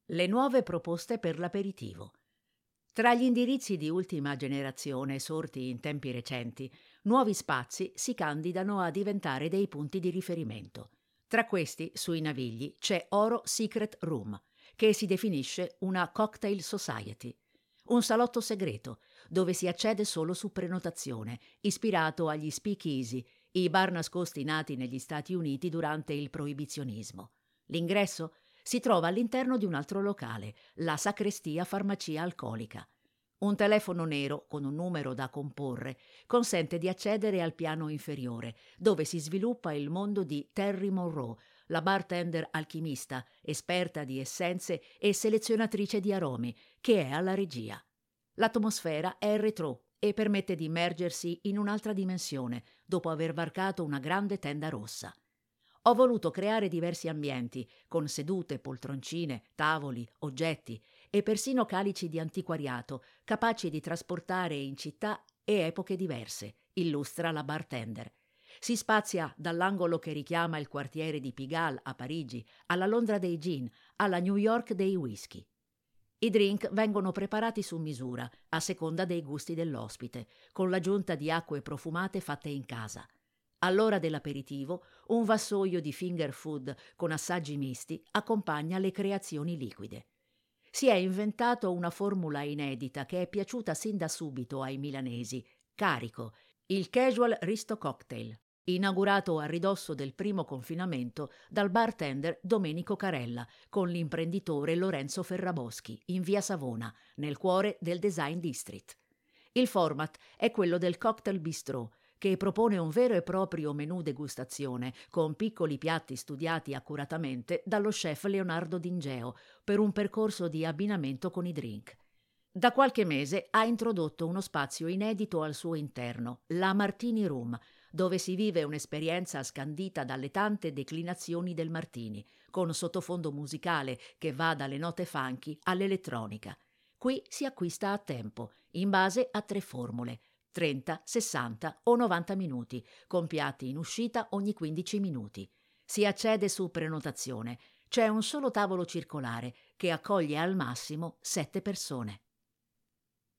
Le nuove proposte per l'aperitivo. Tra gli indirizzi di ultima generazione sorti in tempi recenti, nuovi spazi si candidano a diventare dei punti di riferimento. Tra questi, sui Navigli, c'è Oro Secret Room, che si definisce una cocktail society, un salotto segreto dove si accede solo su prenotazione, ispirato agli speakeasy, i bar nascosti nati negli Stati Uniti durante il proibizionismo. L'ingresso si trova all'interno di un altro locale, la Sacrestia Farmacia Alcolica. Un telefono nero con un numero da comporre consente di accedere al piano inferiore, dove si sviluppa il mondo di Terry Monroe, la bartender alchimista, esperta di essenze e selezionatrice di aromi, che è alla regia. L'atmosfera è retro e permette di immergersi in un'altra dimensione, dopo aver varcato una grande tenda rossa. Ho voluto creare diversi ambienti, con sedute, poltroncine, tavoli, oggetti e persino calici di antiquariato, capaci di trasportare in città e epoche diverse, illustra la bartender. Si spazia dall'angolo che richiama il quartiere di Pigalle a Parigi, alla Londra dei gin, alla New York dei whisky. I drink vengono preparati su misura, a seconda dei gusti dell'ospite, con l'aggiunta di acque profumate fatte in casa. All'ora dell'aperitivo, un vassoio di finger food con assaggi misti accompagna le creazioni liquide. Si è inventato una formula inedita che è piaciuta sin da subito ai milanesi, Carico, il casual Risto Cocktail, inaugurato a ridosso del primo confinamento dal bartender Domenico Carella con l'imprenditore Lorenzo Ferraboschi in via Savona, nel cuore del Design District. Il format è quello del cocktail bistrot, che propone un vero e proprio menù degustazione con piccoli piatti studiati accuratamente dallo chef Leonardo D'Ingeo per un percorso di abbinamento con i drink. Da qualche mese ha introdotto uno spazio inedito al suo interno, la Martini Room, dove si vive un'esperienza scandita dalle tante declinazioni del martini, con sottofondo musicale che va dalle note funky all'elettronica. Qui si acquista a tempo, in base a 3 formule: 30, 60 o 90 minuti, con piatti in uscita ogni 15 minuti. Si accede su prenotazione. C'è un solo tavolo circolare che accoglie al massimo 7 persone.